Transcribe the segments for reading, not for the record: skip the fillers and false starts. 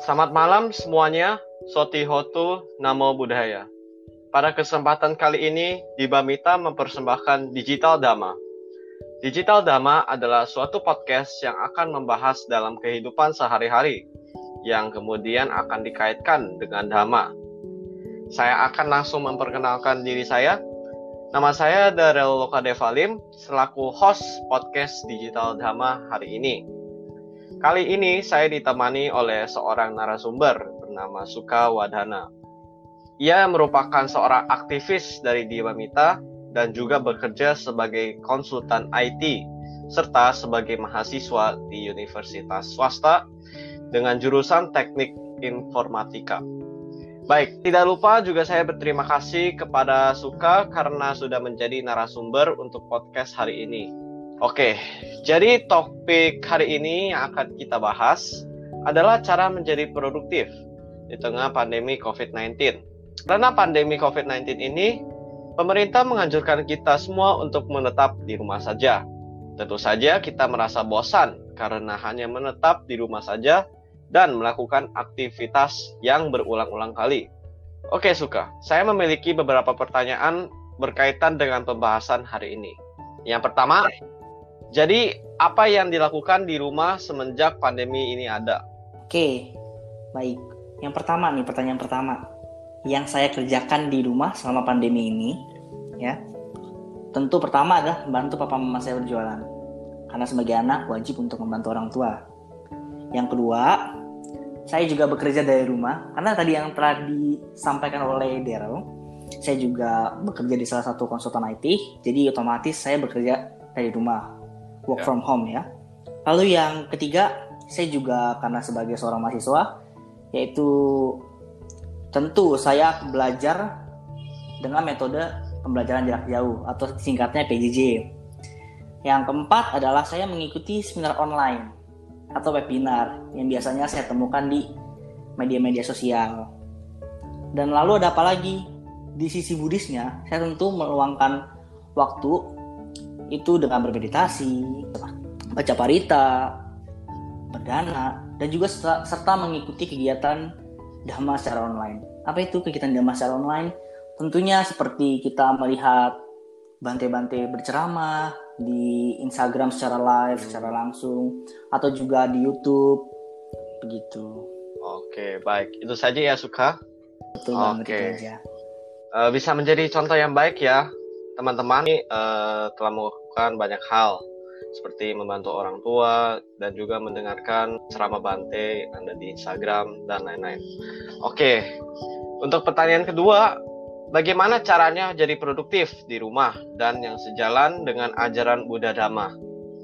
Selamat malam semuanya, Soti Hotu Namo Buddhaya. Pada kesempatan kali ini, Dibamita mempersembahkan Digital Dhamma. Digital Dhamma adalah suatu podcast yang akan membahas dalam kehidupan sehari-hari, yang kemudian akan dikaitkan dengan Dhamma. Saya akan langsung memperkenalkan diri saya. Nama saya Darel Lokadevalim, selaku host podcast Digital Dhamma hari ini. Kali ini saya ditemani oleh seorang narasumber bernama Suka Wadhana. Ia merupakan seorang aktivis dari Dibamita dan juga bekerja sebagai konsultan IT serta sebagai mahasiswa di universitas swasta dengan jurusan teknik informatika. Baik, tidak lupa juga saya berterima kasih kepada Suka karena sudah menjadi narasumber untuk podcast hari ini. Oke, jadi topik hari ini yang akan kita bahas adalah cara menjadi produktif di tengah pandemi COVID-19. Karena pandemi COVID-19 ini, pemerintah menganjurkan kita semua untuk menetap di rumah saja. Tentu saja kita merasa bosan karena hanya menetap di rumah saja dan melakukan aktivitas yang berulang-ulang kali. Oke, Suka, saya memiliki beberapa pertanyaan berkaitan dengan pembahasan hari ini. Yang pertama, jadi apa yang dilakukan di rumah semenjak pandemi ini ada? Oke, baik. Yang pertama nih, pertanyaan pertama. Yang saya kerjakan di rumah selama pandemi ini, ya, tentu pertama adalah membantu papa mama saya berjualan. Karena sebagai anak wajib untuk membantu orang tua. Yang kedua, saya juga bekerja dari rumah. Karena tadi yang telah disampaikan oleh Daryl, saya juga bekerja di salah satu konsultan IT. Jadi otomatis saya bekerja dari rumah. Work from home ya. Lalu yang ketiga, saya juga karena sebagai seorang mahasiswa, yaitu tentu saya belajar dengan metode pembelajaran jarak jauh atau singkatnya PJJ. Yang keempat adalah saya mengikuti seminar online atau webinar yang biasanya saya temukan di media-media sosial. Dan lalu ada apa lagi? Di sisi Buddhisnya, saya tentu meluangkan waktu itu dengan bermeditasi, baca parita, berdana, dan juga serta mengikuti kegiatan Dhamma secara online. Apa itu kegiatan Dhamma secara online? Tentunya seperti kita melihat bante-bante berceramah di Instagram secara live, secara langsung, atau juga di YouTube, begitu. Oke, baik. Itu saja ya, Suka? Betul banget, itu aja. Bisa menjadi contoh yang baik ya. Teman-teman telah melakukan banyak hal seperti membantu orang tua dan juga mendengarkan ceramah Bante yang ada di Instagram dan lain-lain. Oke, untuk pertanyaan kedua, bagaimana caranya jadi produktif di rumah dan yang sejalan dengan ajaran Buddha Dhamma?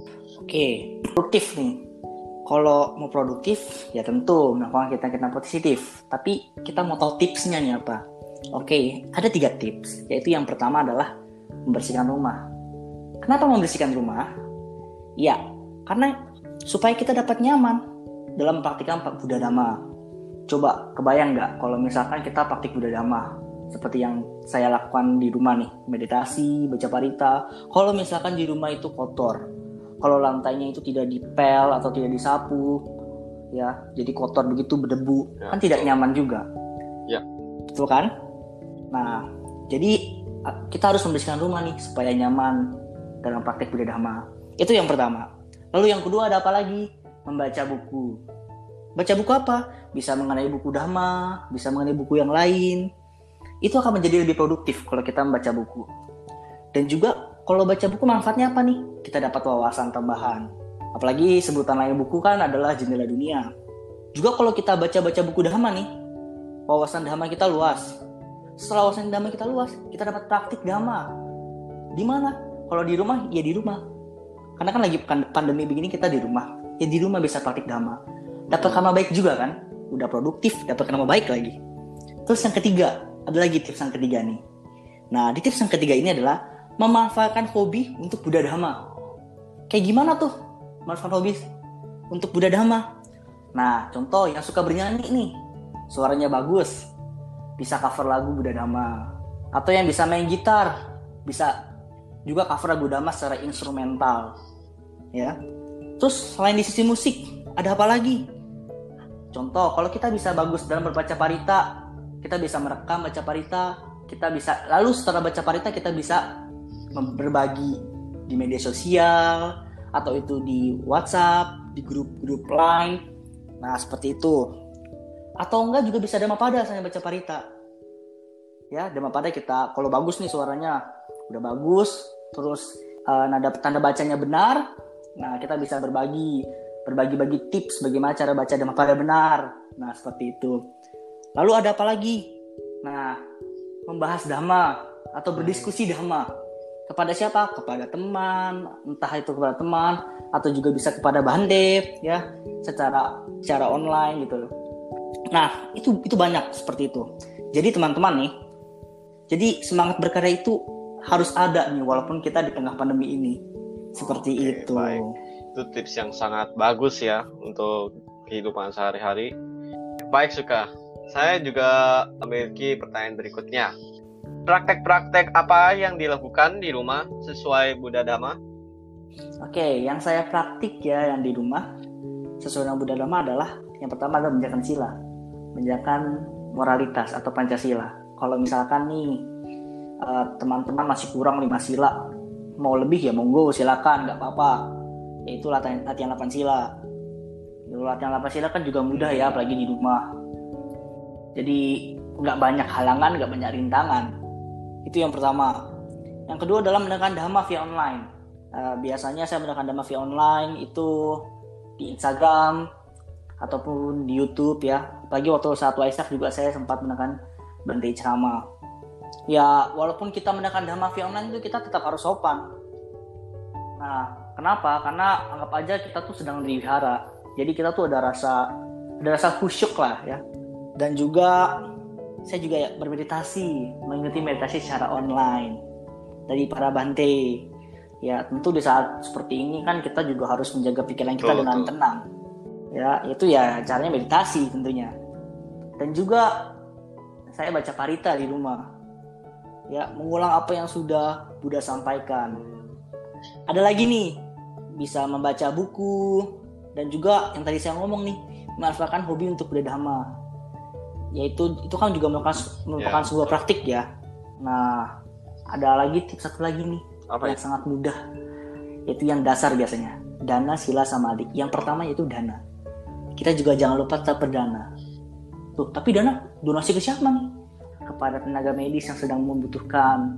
Oke, produktif nih. Kalau mau produktif, ya tentu melakukan kegiatan positif. Tapi kita mau tahu tipsnya nih apa? Oke, ada 3 tips. Yaitu yang pertama adalah membersihkan rumah. Kenapa membersihkan rumah? Ya, karena supaya kita dapat nyaman dalam mempraktikkan Buddha Dhamma. Coba kebayang nggak kalau misalkan kita praktik Buddha Dhamma seperti yang saya lakukan di rumah nih, meditasi, baca parita. Kalau misalkan di rumah itu kotor, kalau lantainya itu tidak dipel atau tidak disapu, ya, jadi kotor begitu berdebu, kan tidak nyaman juga. Ya. Betul kan? Nah, jadi kita harus membersihkan rumah nih supaya nyaman dalam praktek Buddha Dhamma. Itu yang pertama. Lalu yang kedua ada apa lagi? Membaca buku. Baca buku apa? Bisa mengenai buku Dhamma, bisa mengenai buku yang lain. Itu akan menjadi lebih produktif kalau kita membaca buku. Dan juga kalau baca buku manfaatnya apa nih? Kita dapat wawasan tambahan. Apalagi sebutan lain buku kan adalah jendela dunia. Juga kalau kita baca-baca buku Dhamma nih, wawasan Dhamma kita luas. Setelah wawasan Dhamma kita luas, kita dapat praktik Dhamma. Di mana? Kalau di rumah, ya di rumah. Karena kan lagi pandemi begini kita di rumah. Ya di rumah bisa praktik Dhamma. Dapat karma baik juga kan? Udah produktif, dapat karma baik lagi. Terus yang ketiga, ada lagi tips yang ketiga nih. Nah, di tips yang ketiga ini adalah memanfaatkan hobi untuk Buddha Dhamma. Kayak gimana tuh memanfaatkan hobi untuk Buddha Dhamma? Nah, contoh yang suka bernyanyi nih, suaranya bagus, bisa cover lagu Buddha Dhamma. Atau yang bisa main gitar, bisa juga cover lagu Dhamma secara instrumental. Ya. Terus selain di sisi musik, ada apa lagi? Contoh, kalau kita bisa bagus dalam berbaca parita, kita bisa merekam baca parita, kita bisa, lalu setelah baca parita kita bisa berbagi di media sosial, atau itu di WhatsApp, di grup-grup Line. Nah, seperti itu. Atau enggak juga bisa Dhammapada saya baca parita. Ya, Dhammapada kita kalau bagus nih suaranya, udah bagus, terus nada tanda bacanya benar, nah kita bisa berbagi tips bagaimana cara baca Dhammapada benar. Nah, seperti itu. Lalu ada apa lagi? Nah, membahas Dhamma atau berdiskusi Dhamma. Kepada siapa? Kepada teman, entah itu kepada teman atau juga bisa kepada Bahandev ya, secara online gitu. Nah, itu banyak seperti itu. Jadi teman-teman nih, jadi semangat berkarya itu harus ada nih walaupun kita di tengah pandemi ini. Seperti itu. Baik. Itu tips yang sangat bagus ya untuk kehidupan sehari-hari. Baik, Suka. Saya juga memiliki pertanyaan berikutnya. Praktek-praktek apa yang dilakukan di rumah sesuai Buddha Dhamma? Oke, yang saya praktik ya yang di rumah sesuai dengan Buddha Dhamma adalah yang pertama adalah menjalankan sila, menjalankan moralitas atau Pancasila. Kalau misalkan nih teman-teman masih kurang 5 sila, mau lebih ya monggo silakan, nggak apa-apa. Yaitu latihan 8 sila. Latihan 8 sila kan juga mudah ya, apalagi di rumah. Jadi nggak banyak halangan, nggak banyak rintangan. Itu yang pertama. Yang kedua adalah mendengarkan Dhamma via online. Biasanya saya mendengarkan Dhamma via online itu di Instagram ataupun di YouTube ya. Apalagi waktu saat Waisak juga saya sempat mendengarkan Bante ceramah. Ya walaupun kita mendengarkan Dhamma via online itu kita tetap harus sopan. Nah, kenapa? Karena anggap aja kita tuh sedang berwihara. Jadi kita tuh ada rasa khusyuk lah ya. Dan juga saya juga ya bermeditasi, mengikuti meditasi secara online dari para Bante. Ya tentu di saat seperti ini kan kita juga harus menjaga pikiran kita dengan tenang. Ya itu ya caranya meditasi tentunya. Dan juga saya baca parita di rumah. Ya mengulang apa yang sudah Buddha sampaikan. Ada lagi nih, bisa membaca buku dan juga yang tadi saya ngomong nih, memanfaatkan hobi untuk Buddha Dhamma. Yaitu itu kan juga merupakan sebuah praktik ya. Nah, ada lagi tips satu lagi nih yang sangat mudah, yaitu yang dasar biasanya, dana, sila, samadhi. Yang pertama yaitu dana. Kita juga jangan lupa tetap berdana. Tuh, tapi dana donasi ke siapa nih? Kepada tenaga medis yang sedang membutuhkan.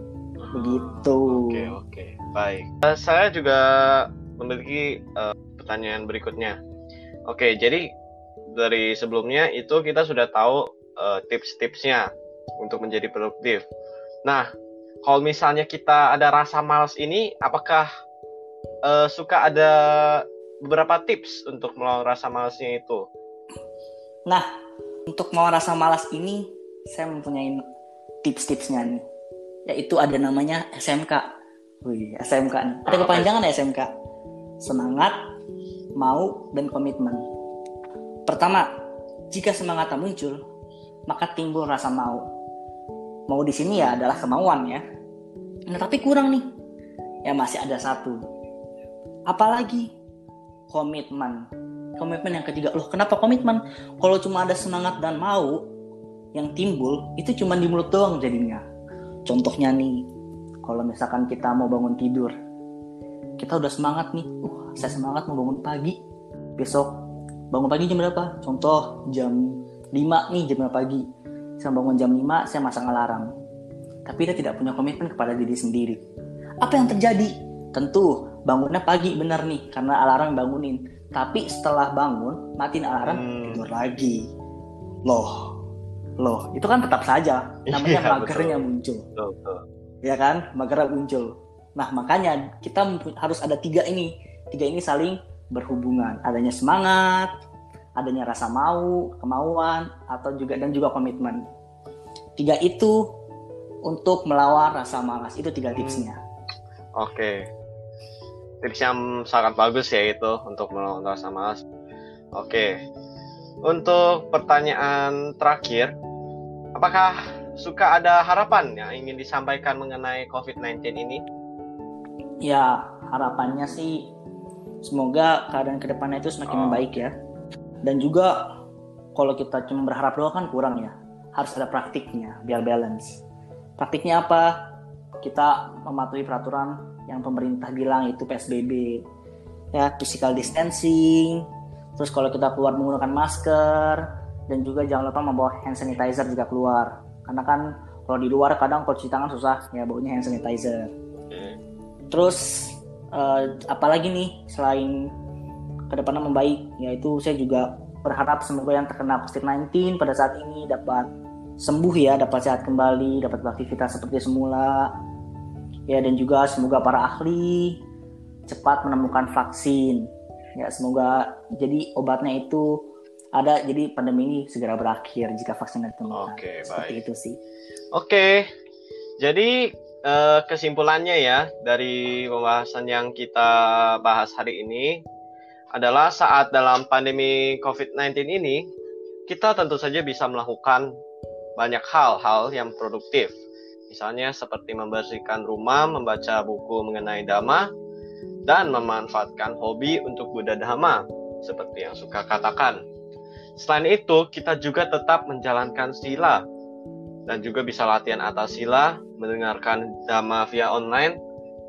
Begitu. Oke. Baik. Saya juga memiliki pertanyaan berikutnya. Oke, jadi dari sebelumnya itu kita sudah tahu tips-tipsnya untuk menjadi produktif. Nah, kalau misalnya kita ada rasa malas ini, apakah suka ada beberapa tips untuk melawan rasa malasnya itu? Nah, untuk melawan rasa malas ini, saya mempunyai tips-tipsnya nih. Yaitu ada namanya SMK. Wih, SMK nih. Ada kepanjangan SMK. Semangat, mau, dan komitmen. Pertama, jika semangat tak muncul, maka timbul rasa mau. Mau di sini ya adalah kemauan ya. Nah, tapi kurang nih. Ya masih ada satu. Apalagi komitmen. Komitmen yang ketiga. Loh, kenapa komitmen? Kalau cuma ada semangat dan mau yang timbul, itu cuma di mulut doang jadinya. Contohnya nih, kalau misalkan kita mau bangun tidur, kita udah semangat nih. Saya semangat mau bangun pagi. Besok bangun pagi jam berapa? Contoh jam 5 nih, jam 5 pagi. Saya bangun jam 5, saya masang alarm. Tapi dia tidak punya komitmen kepada diri sendiri. Apa yang terjadi? Tentu bangunnya pagi benar nih, karena alarm bangunin. Tapi setelah bangun, matiin alarm, tidur lagi. Loh, itu kan tetap saja. Namanya magernya muncul. Ya kan? Magernya muncul. Nah, makanya kita harus ada tiga ini. Tiga ini saling berhubungan, adanya semangat, adanya rasa mau, kemauan, atau juga komitmen. Tiga itu untuk melawan rasa malas. Itu 3 tipsnya. Oke. Tips yang sangat bagus ya itu untuk melawan rasa malas. Oke. Untuk pertanyaan terakhir, apakah suka ada harapan yang ingin disampaikan mengenai COVID-19 ini? Ya, harapannya sih semoga keadaan kedepannya itu semakin membaik ya. Dan juga kalau kita cuma berharap doang kan kurang ya. Harus ada praktiknya biar balance. Praktiknya apa? Kita mematuhi peraturan yang pemerintah bilang, itu PSBB. Ya, physical distancing. Terus kalau kita keluar menggunakan masker, dan juga jangan lupa membawa hand sanitizer juga keluar. Karena kan kalau di luar kadang kalau cuci tangan susah ya baunya hand sanitizer. Terus apalagi nih selain kedepannya membaik, yaitu saya juga berharap semoga yang terkena COVID-19 pada saat ini dapat sembuh ya, dapat sehat kembali, dapat beraktivitas seperti semula. Ya, dan juga semoga para ahli cepat menemukan vaksin. Ya, semoga jadi obatnya itu ada, jadi pandemi ini segera berakhir jika vaksinnya ditemukan. Oke, seperti baik. itu sih. Oke, jadi kesimpulannya ya dari pembahasan yang kita bahas hari ini adalah saat dalam pandemi COVID-19 ini, kita tentu saja bisa melakukan banyak hal-hal yang produktif. Misalnya seperti membersihkan rumah, membaca buku mengenai Dhamma, dan memanfaatkan hobi untuk Buddha Dhamma, seperti yang suka katakan. Selain itu, kita juga tetap menjalankan sila, dan juga bisa latihan atas sila, mendengarkan Dhamma via online,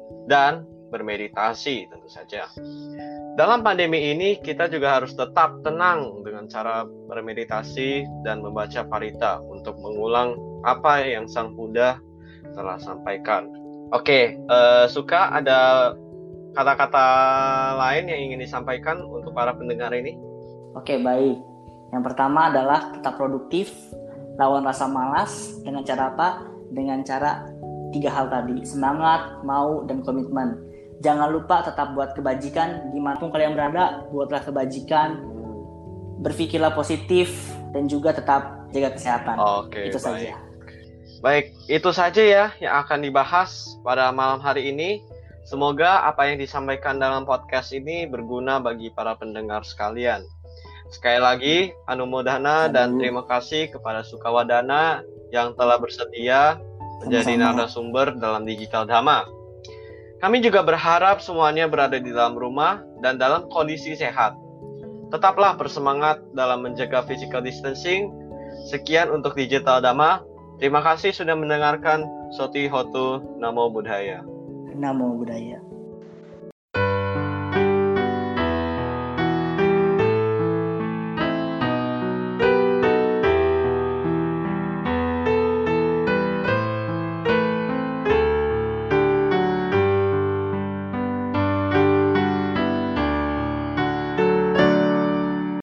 dan bermeditasi tentu saja. Dalam pandemi ini, kita juga harus tetap tenang dengan cara bermeditasi dan membaca parita untuk mengulang apa yang Sang Buddha telah sampaikan. Oke, Suka ada kata-kata lain yang ingin disampaikan untuk para pendengar ini? Oke, baik. Yang pertama adalah tetap produktif, lawan rasa malas dengan cara apa? Dengan cara 3 hal tadi, semangat, mau, dan komitmen. Jangan lupa tetap buat kebajikan, dimanapun kalian berada, buatlah kebajikan, berpikirlah positif, dan juga tetap jaga kesehatan. Oke, itu baik. saja. Baik, itu saja ya yang akan dibahas pada malam hari ini. Semoga apa yang disampaikan dalam podcast ini berguna bagi para pendengar sekalian. Sekali lagi, Anumodana dan terima kasih kepada Sukawadana yang telah bersedia menjadi narasumber dalam Digital Dhamma. Kami juga berharap semuanya berada di dalam rumah dan dalam kondisi sehat. Tetaplah bersemangat dalam menjaga physical distancing. Sekian untuk Digital Dhamma. Terima kasih sudah mendengarkan. Soti Hotu Namo Buddhaya. Namo Buddhaya.